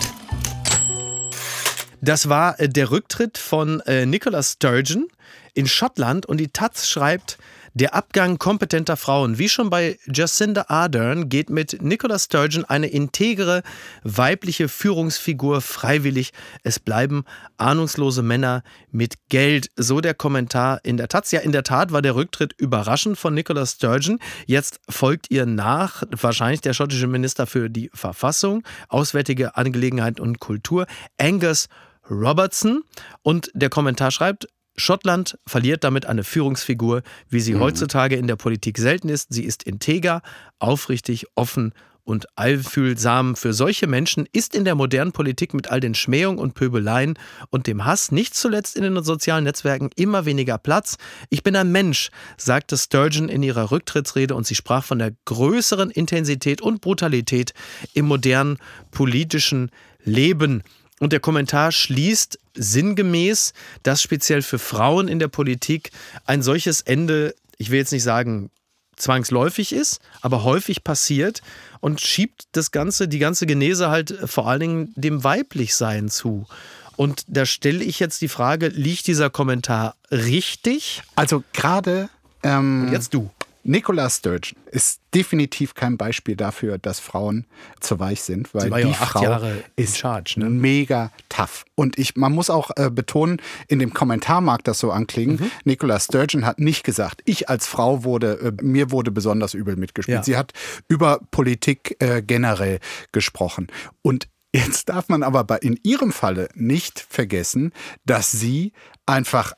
Das war der Rücktritt von Nicola Sturgeon in Schottland und die Taz schreibt, der Abgang kompetenter Frauen. Wie schon bei Jacinda Ardern geht mit Nicola Sturgeon eine integere weibliche Führungsfigur freiwillig. Es bleiben ahnungslose Männer mit Geld. So der Kommentar in der Taz. Ja, in der Tat war der Rücktritt überraschend von Nicola Sturgeon. Jetzt folgt ihr nach, wahrscheinlich der schottische Minister für die Verfassung, Auswärtige Angelegenheiten und Kultur, Angus Robertson. Und der Kommentar schreibt, Schottland verliert damit eine Führungsfigur, wie sie heutzutage in der Politik selten ist. Sie ist integer, aufrichtig, offen und einfühlsam. Für solche Menschen ist in der modernen Politik mit all den Schmähungen und Pöbeleien und dem Hass, nicht zuletzt in den sozialen Netzwerken, immer weniger Platz. Ich bin ein Mensch, sagte Sturgeon in ihrer Rücktrittsrede und sie sprach von der größeren Intensität und Brutalität im modernen politischen Leben. Und der Kommentar schließt sinngemäß, dass speziell für Frauen in der Politik ein solches Ende, ich will jetzt nicht sagen zwangsläufig ist, aber häufig passiert und schiebt die ganze Genese halt vor allen Dingen dem Weiblichsein zu. Und da stelle ich jetzt die Frage, liegt dieser Kommentar richtig? Also gerade... Und jetzt du. Nicola Sturgeon ist definitiv kein Beispiel dafür, dass Frauen zu weich sind, weil die Frau ist mega tough. Und man muss auch betonen, in dem Kommentar mag das so anklingen, Nicola Sturgeon hat nicht gesagt, ich als Frau mir wurde besonders übel mitgespielt. Ja. Sie hat über Politik generell gesprochen. Und jetzt darf man aber in ihrem Falle nicht vergessen, dass sie einfach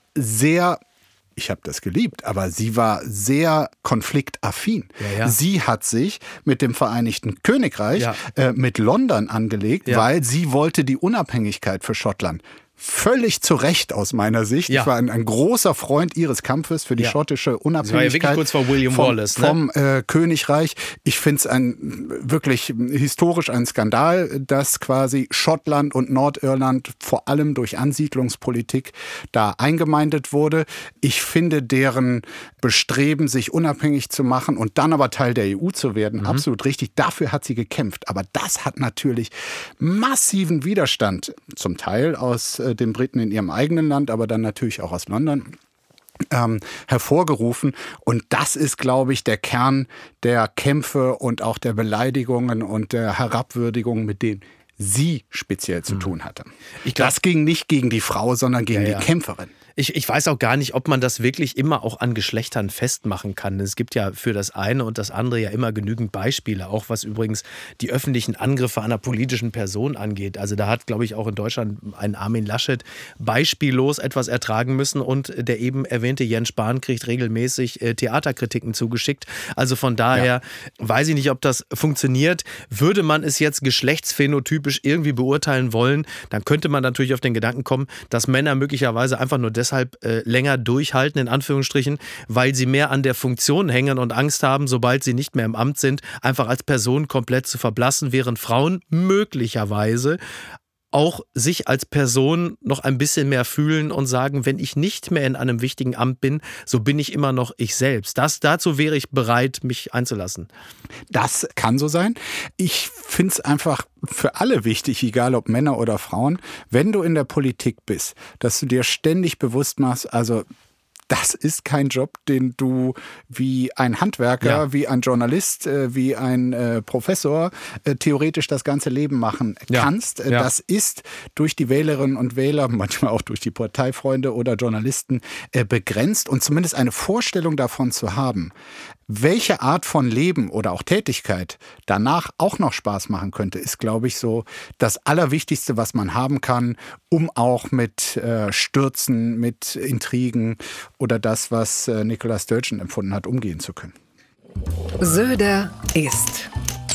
ich habe das geliebt, aber sie war sehr konfliktaffin. Ja. Sie hat sich mit dem Vereinigten Königreich, mit London angelegt, weil sie wollte die Unabhängigkeit für Schottland. Völlig zu Recht aus meiner Sicht. Ich war ein großer Freund ihres Kampfes für die schottische Unabhängigkeit. Das war ja wirklich kurz vor William Wallace. Vom Königreich. Ich finde es wirklich historisch ein Skandal, dass quasi Schottland und Nordirland vor allem durch Ansiedlungspolitik da eingemeindet wurde. Ich finde deren Bestreben, sich unabhängig zu machen und dann aber Teil der EU zu werden, absolut richtig. Dafür hat sie gekämpft. Aber das hat natürlich massiven Widerstand, zum Teil aus den Briten in ihrem eigenen Land, aber dann natürlich auch aus London, hervorgerufen. Und das ist, glaube ich, der Kern der Kämpfe und auch der Beleidigungen und der Herabwürdigungen, mit denen sie speziell zu tun hatte. Das ging nicht gegen die Frau, sondern gegen die Kämpferin. Ich weiß auch gar nicht, ob man das wirklich immer auch an Geschlechtern festmachen kann. Es gibt ja für das eine und das andere ja immer genügend Beispiele, auch was übrigens die öffentlichen Angriffe einer politischen Person angeht. Also da hat, glaube ich, auch in Deutschland ein Armin Laschet beispiellos etwas ertragen müssen und der eben erwähnte Jens Spahn kriegt regelmäßig Theaterkritiken zugeschickt. Also von daher weiß ich nicht, ob das funktioniert. Würde man es jetzt geschlechtsphänotypisch irgendwie beurteilen wollen, dann könnte man natürlich auf den Gedanken kommen, dass Männer möglicherweise einfach nur deshalb länger durchhalten, in Anführungsstrichen, weil sie mehr an der Funktion hängen und Angst haben, sobald sie nicht mehr im Amt sind, einfach als Person komplett zu verblassen, während Frauen möglicherweise auch sich als Person noch ein bisschen mehr fühlen und sagen, wenn ich nicht mehr in einem wichtigen Amt bin, so bin ich immer noch ich selbst. Dazu wäre ich bereit, mich einzulassen. Das kann so sein. Ich finde es einfach für alle wichtig, egal ob Männer oder Frauen, wenn du in der Politik bist, dass du dir ständig bewusst machst, also das ist kein Job, den du wie ein Handwerker, wie ein Journalist, wie ein Professor theoretisch das ganze Leben machen kannst. Ja. Das ist durch die Wählerinnen und Wähler, manchmal auch durch die Parteifreunde oder Journalisten begrenzt. Und zumindest eine Vorstellung davon zu haben, welche Art von Leben oder auch Tätigkeit danach auch noch Spaß machen könnte, ist, glaube ich, so das Allerwichtigste, was man haben kann, um auch mit Stürzen, mit Intrigen oder das, was Nicola Sturgeon empfunden hat, umgehen zu können. Söder ist.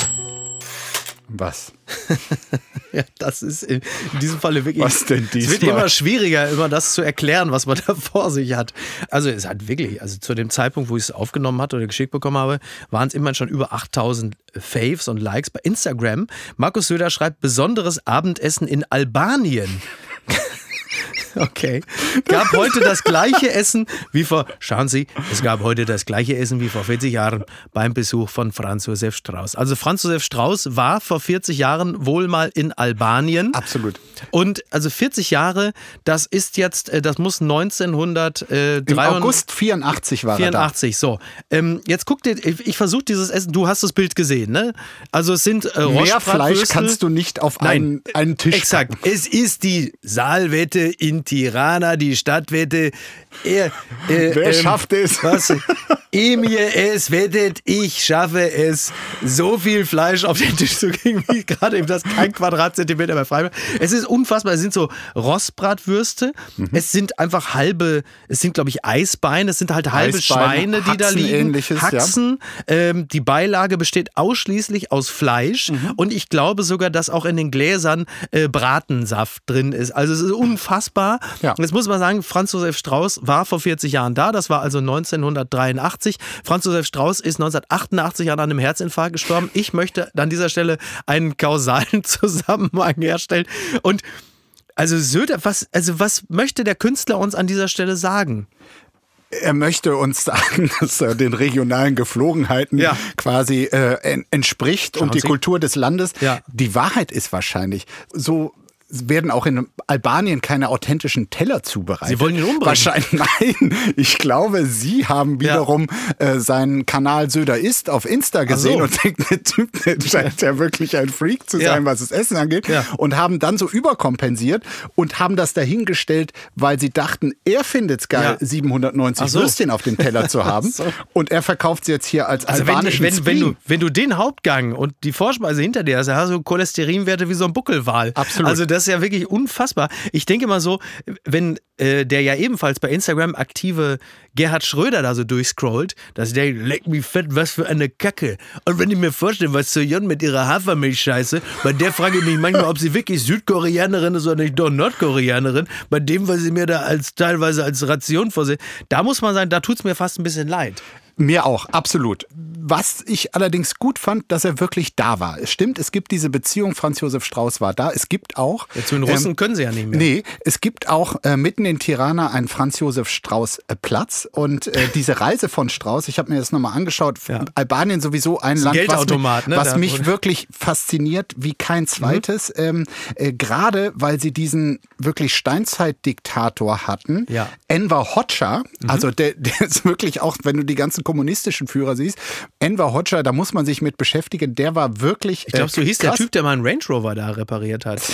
Was? Ja, das ist in diesem Falle wirklich. Was denn diesmal? Es wird immer schwieriger, immer das zu erklären, was man da vor sich hat. Also es hat wirklich, zu dem Zeitpunkt, wo ich es aufgenommen hatte oder geschickt bekommen habe, waren es immerhin schon über 8000 Faves und Likes bei Instagram. Markus Söder schreibt, besonderes Abendessen in Albanien. Okay. Gab heute das gleiche Essen wie vor, schauen Sie, es gab heute das gleiche Essen wie vor 40 Jahren beim Besuch von Franz Josef Strauß. Also Franz Josef Strauß war vor 40 Jahren wohl mal in Albanien. Absolut. Und also 40 Jahre, das ist jetzt, das muss 1983. Im August 84 war 84, so. Jetzt guck dir, ich versuche dieses Essen, du hast das Bild gesehen, ne? Also es sind mehr Fleisch kannst du nicht auf einen Tisch exakt. packen. Es ist die Saalwette in Tirana, die Stadtwette. Wer schafft es? Was? Emir es wettet, ich schaffe es, so viel Fleisch auf den Tisch zu kriegen, wie gerade eben das kein Quadratzentimeter mehr frei. Es ist unfassbar. Es sind so Rostbratwürste. Es sind einfach es sind, glaube ich, Eisbeine. Es sind halt halbe Schweine, die da liegen. Haxen. Ja. Die Beilage besteht ausschließlich aus Fleisch. Und ich glaube sogar, dass auch in den Gläsern Bratensaft drin ist. Also es ist unfassbar. Ja. Jetzt muss man sagen, Franz Josef Strauß war vor 40 Jahren da. Das war also 1983. Franz Josef Strauß ist 1988 an einem Herzinfarkt gestorben. Ich möchte an dieser Stelle einen kausalen Zusammenhang herstellen. Und also Söder, was möchte der Künstler uns an dieser Stelle sagen? Er möchte uns sagen, dass er den regionalen Geflogenheiten quasi entspricht und die Kultur des Landes. Ja. Die Wahrheit ist wahrscheinlich, so werden auch in Albanien keine authentischen Teller zubereitet. Sie wollen ihn umbringen. Wahrscheinlich, nein. Ich glaube, Sie haben wiederum seinen Kanal Söder isst auf Insta gesehen und denken, der Typ, der scheint ja wirklich ein Freak zu sein, was das Essen angeht. Ja. Und haben dann so überkompensiert und haben das dahingestellt, weil sie dachten, er findet es geil, 790 Würstchen auf dem Teller zu haben. Und er verkauft sie jetzt hier als albanischen Spleen. Wenn du den Hauptgang und die Vorspeise hinter dir hast, dann hast du Cholesterinwerte wie so ein Buckelwal. Absolut. Also das ist ja wirklich unfassbar. Ich denke mal so, wenn der ja ebenfalls bei Instagram aktive Gerhard Schröder da so durchscrollt, dass der leck mich fett, was für eine Kacke. Und wenn ich mir vorstelle, was Soyeon mit ihrer Hafermilchscheiße, bei der frage ich mich manchmal, ob sie wirklich Südkoreanerin ist oder nicht doch Nordkoreanerin, bei dem, was sie mir da teilweise als Ration vorsehen. Da muss man sagen, da tut es mir fast ein bisschen leid. Mir auch, absolut. Was ich allerdings gut fand, dass er wirklich da war. Es stimmt, es gibt diese Beziehung, Franz Josef Strauß war da. Es gibt auch... Ja, zu den Russen können sie ja nicht mehr. Nee, es gibt auch mitten in Tirana einen Franz Josef Strauß Platz. Und diese Reise von Strauß, ich habe mir das nochmal angeschaut, Albanien sowieso ein Land, was mich wirklich fasziniert wie kein zweites. Gerade weil sie diesen wirklich Steinzeitdiktator hatten. Ja. Enver Hoxha, also der ist wirklich auch, wenn du die ganzen kommunistischen Führer siehst, Enver Hoxha, da muss man sich mit beschäftigen, der war wirklich Ich glaube, so hieß der Typ, der mal einen Range Rover da repariert hat.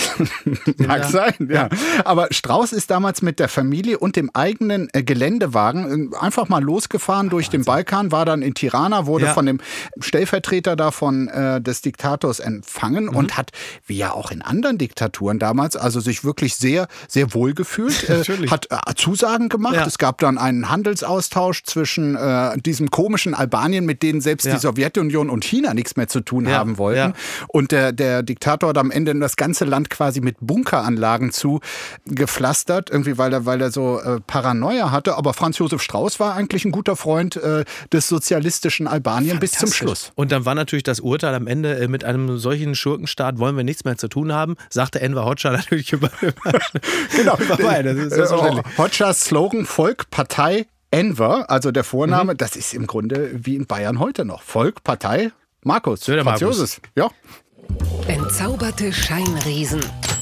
Mag sein, ja. Aber Strauß ist damals mit der Familie und dem eigenen Geländewagen einfach mal losgefahren durch den Balkan, war dann in Tirana, wurde von dem Stellvertreter davon des Diktators empfangen und hat, wie ja auch in anderen Diktaturen damals, also sich wirklich sehr, sehr wohl gefühlt, hat Zusagen gemacht. Ja. Es gab dann einen Handelsaustausch zwischen diesem komischen Albanien, mit denen selbst die Sowjetunion und China nichts mehr zu tun haben wollten. Ja. Und der Diktator hat am Ende das ganze Land quasi mit Bunkeranlagen zugepflastert, irgendwie weil er so Paranoia hatte. Aber Franz Josef Strauß war eigentlich ein guter Freund des sozialistischen Albanien bis zum Schluss. Und dann war natürlich das Urteil am Ende, mit einem solchen Schurkenstaat wollen wir nichts mehr zu tun haben, sagte Enver Hoxha natürlich über genau. Hoxhas Slogan, Volk, Partei, Enver, also der Vorname, das ist im Grunde wie in Bayern heute noch. Volk, Partei, Markus, Franz Josef. Ja. Entzauberte Scheinriesen.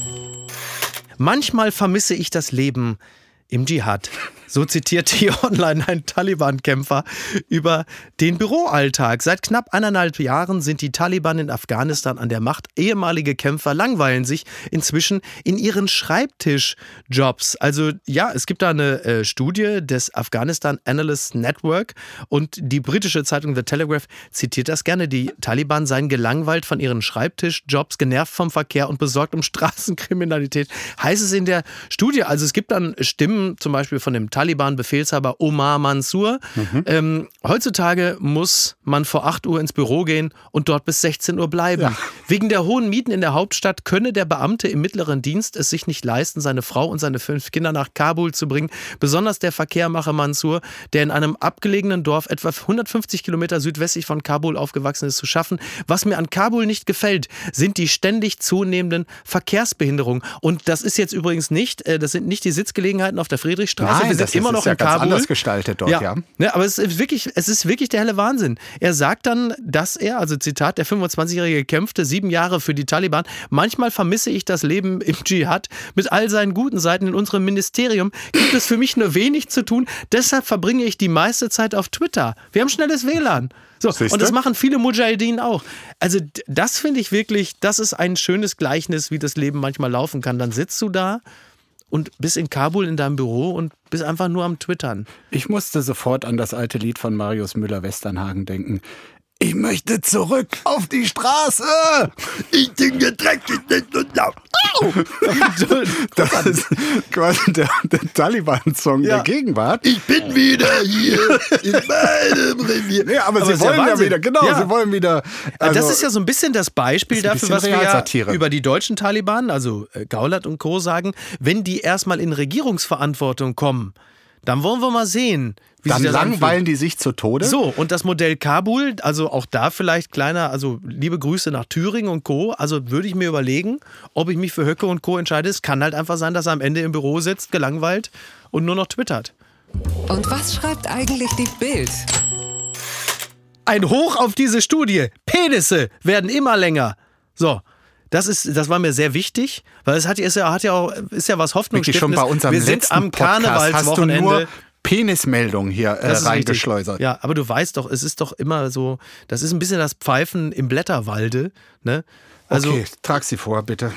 Manchmal vermisse ich das Leben im Dschihad. So zitiert hier online ein Taliban-Kämpfer über den Büroalltag. Seit knapp 1,5 Jahren sind die Taliban in Afghanistan an der Macht. Ehemalige Kämpfer langweilen sich inzwischen in ihren Schreibtischjobs. Also ja, es gibt da eine Studie des Afghanistan Analyst Network und die britische Zeitung The Telegraph zitiert das gerne. Die Taliban seien gelangweilt von ihren Schreibtischjobs, genervt vom Verkehr und besorgt um Straßenkriminalität. Heißt es in der Studie. Also es gibt dann Stimmen zum Beispiel von dem Taliban-Befehlshaber Omar Mansour. Heutzutage muss man vor 8 Uhr ins Büro gehen und dort bis 16 Uhr bleiben. Ja. Wegen der hohen Mieten in der Hauptstadt könne der Beamte im mittleren Dienst es sich nicht leisten, seine Frau und seine 5 Kinder nach Kabul zu bringen. Besonders der Verkehr mache Mansour, der in einem abgelegenen Dorf etwa 150 Kilometer südwestlich von Kabul aufgewachsen ist, zu schaffen. Was mir an Kabul nicht gefällt, sind die ständig zunehmenden Verkehrsbehinderungen. Und das ist jetzt übrigens nicht, das sind nicht die Sitzgelegenheiten auf der Friedrichstraße. Nein, das immer noch in Kabul. Anders gestaltet dort, ja. Aber es ist wirklich der helle Wahnsinn. Er sagt dann, dass er, also Zitat, der 25-Jährige kämpfte 7 Jahre für die Taliban. Manchmal vermisse ich das Leben im Dschihad. Mit all seinen guten Seiten in unserem Ministerium gibt es für mich nur wenig zu tun. Deshalb verbringe ich die meiste Zeit auf Twitter. Wir haben schnelles WLAN. So, und das machen viele Mujahedin auch. Also das finde ich wirklich, das ist ein schönes Gleichnis, wie das Leben manchmal laufen kann. Dann sitzt du da und bist in Kabul in deinem Büro und bist einfach nur am Twittern. Ich musste sofort an das alte Lied von Marius Müller-Westernhagen denken. Ich möchte zurück auf die Straße. Ich bin gedreckig nicht und laut. Das ist quasi der Taliban-Song der Gegenwart. Ich bin wieder hier in meinem Revier. Ja, aber sie wollen ja wieder, sie wollen wieder. Also, das ist ja so ein bisschen das Beispiel dafür, was wir ja über die deutschen Taliban, also Gauland und Co. sagen, wenn die erstmal in Regierungsverantwortung kommen, dann wollen wir mal sehen, wie dann langweilen die sich zu Tode. So, und das Modell Kabul, also auch da vielleicht kleiner, also liebe Grüße nach Thüringen und Co. Also würde ich mir überlegen, ob ich mich für Höcke und Co. entscheide. Es kann halt einfach sein, dass er am Ende im Büro sitzt, gelangweilt und nur noch twittert. Und was schreibt eigentlich die Bild? Ein Hoch auf diese Studie. Penisse werden immer länger. So. Das war mir sehr wichtig, weil es ist ja was Hoffnungsstiftendes. Schon bei unserem Wir sind am Karnevalswochenende. Hast du nur Penismeldungen hier reingeschleusert. Ja, aber du weißt doch, es ist doch immer so, das ist ein bisschen das Pfeifen im Blätterwalde. Ne? Also, okay, trag sie vor, bitte.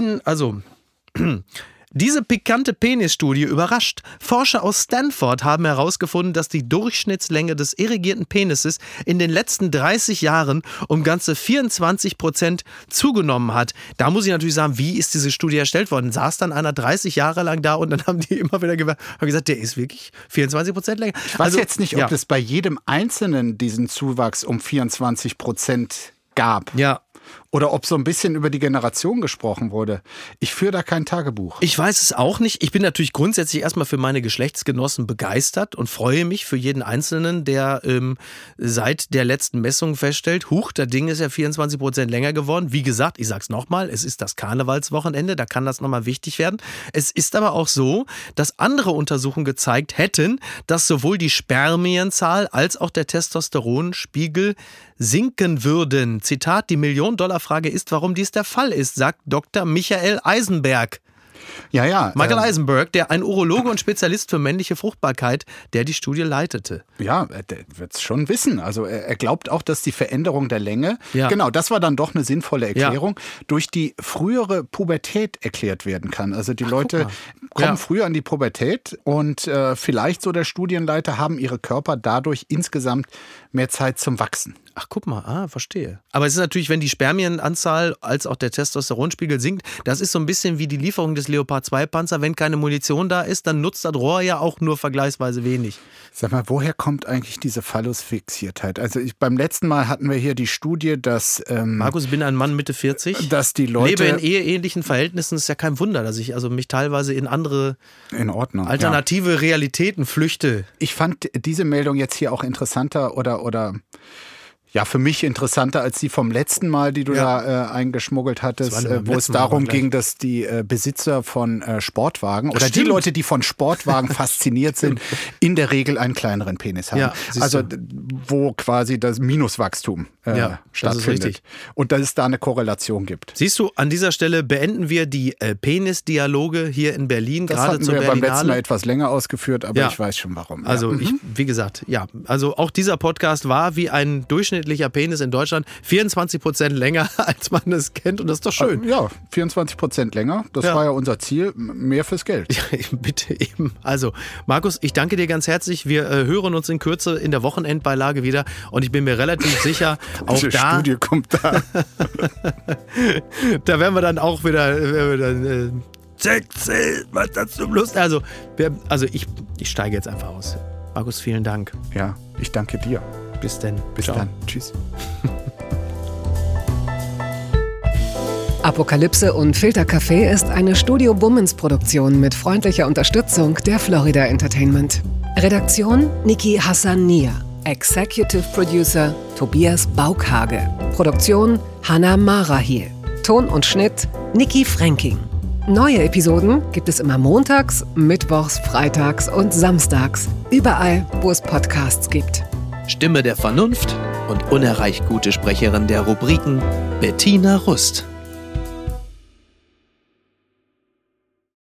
Diese pikante Penisstudie überrascht. Forscher aus Stanford haben herausgefunden, dass die Durchschnittslänge des irrigierten Penises in den letzten 30 Jahren um ganze 24% zugenommen hat. Da muss ich natürlich sagen, wie ist diese Studie erstellt worden? Saß dann einer 30 Jahre lang da und dann haben die immer wieder gesagt, der ist wirklich 24% länger. Ich weiß jetzt nicht, ob es bei jedem Einzelnen diesen Zuwachs um 24% gab. Ja. Oder ob so ein bisschen über die Generation gesprochen wurde. Ich führe da kein Tagebuch. Ich weiß es auch nicht. Ich bin natürlich grundsätzlich erstmal für meine Geschlechtsgenossen begeistert und freue mich für jeden Einzelnen, der seit der letzten Messung feststellt, huch, das Ding ist ja 24% länger geworden. Wie gesagt, ich sag's nochmal, es ist das Karnevalswochenende, da kann das nochmal wichtig werden. Es ist aber auch so, dass andere Untersuchungen gezeigt hätten, dass sowohl die Spermienzahl als auch der Testosteronspiegel sinken würden. Zitat, die Million-Dollar-Frage ist, warum dies der Fall ist, sagt Dr. Michael Eisenberg. Ja. Michael Eisenberg, ein Urologe und Spezialist für männliche Fruchtbarkeit, der die Studie leitete. Ja, der wird es schon wissen. Also er glaubt auch, dass die Veränderung der Länge, ja. Genau, das war dann doch eine sinnvolle Erklärung, durch die frühere Pubertät erklärt werden kann. Also die Leute kommen früher an die Pubertät und vielleicht, so der Studienleiter, haben ihre Körper dadurch insgesamt mehr Zeit zum Wachsen. Ach, guck mal, verstehe. Aber es ist natürlich, wenn die Spermienanzahl als auch der Testosteronspiegel sinkt, das ist so ein bisschen wie die Lieferung des Leopard-2-Panzer. Wenn keine Munition da ist, dann nutzt das Rohr ja auch nur vergleichsweise wenig. Sag mal, woher kommt eigentlich diese Phallusfixiertheit? Also beim letzten Mal hatten wir hier die Studie, dass... Markus, ich bin ein Mann Mitte 40. Dass die Leute... Lebe in eheähnlichen Verhältnissen. Es ist ja kein Wunder, dass ich mich teilweise in andere alternative Realitäten flüchte. Ich fand diese Meldung jetzt hier auch interessanter oder für mich interessanter als die vom letzten Mal, die du da eingeschmuggelt hattest, wo es darum ging, dass die Besitzer von Sportwagen oder die Leute, die von Sportwagen fasziniert sind, in der Regel einen kleineren Penis haben. Ja, also wo quasi das Minuswachstum stattfindet. Und dass es da eine Korrelation gibt. Siehst du, an dieser Stelle beenden wir die Penis-Dialoge hier in Berlin. Das hatten wir beim letzten Mal etwas länger ausgeführt, aber ich weiß schon warum. Also wie gesagt, also auch dieser Podcast war wie ein durchschnittlicher Penis in Deutschland 24% länger, als man es kennt, und das ist doch schön. Ja, 24% länger, das war ja unser Ziel, mehr fürs Geld. Ja, bitte eben. Also Markus, ich danke dir ganz herzlich, wir hören uns in Kürze in der Wochenendbeilage wieder und ich bin mir relativ sicher, auch die Studie kommt da. Da werden wir dann auch wieder was das zum Lust. Also ich steige jetzt einfach aus. Markus, vielen Dank. Ja, ich danke dir. Bis dann. Bis dann. Tschüss. Apokalypse und Filtercafé ist eine Studio Bummens Produktion mit freundlicher Unterstützung der Florida Entertainment. Redaktion Niki Hassania. Executive Producer Tobias Baukhage. Produktion Hannah Marahiel. Ton und Schnitt Niki Fränking. Neue Episoden gibt es immer montags, mittwochs, freitags und samstags. Überall, wo es Podcasts gibt. Stimme der Vernunft und unerreicht gute Sprecherin der Rubriken Bettina Rust.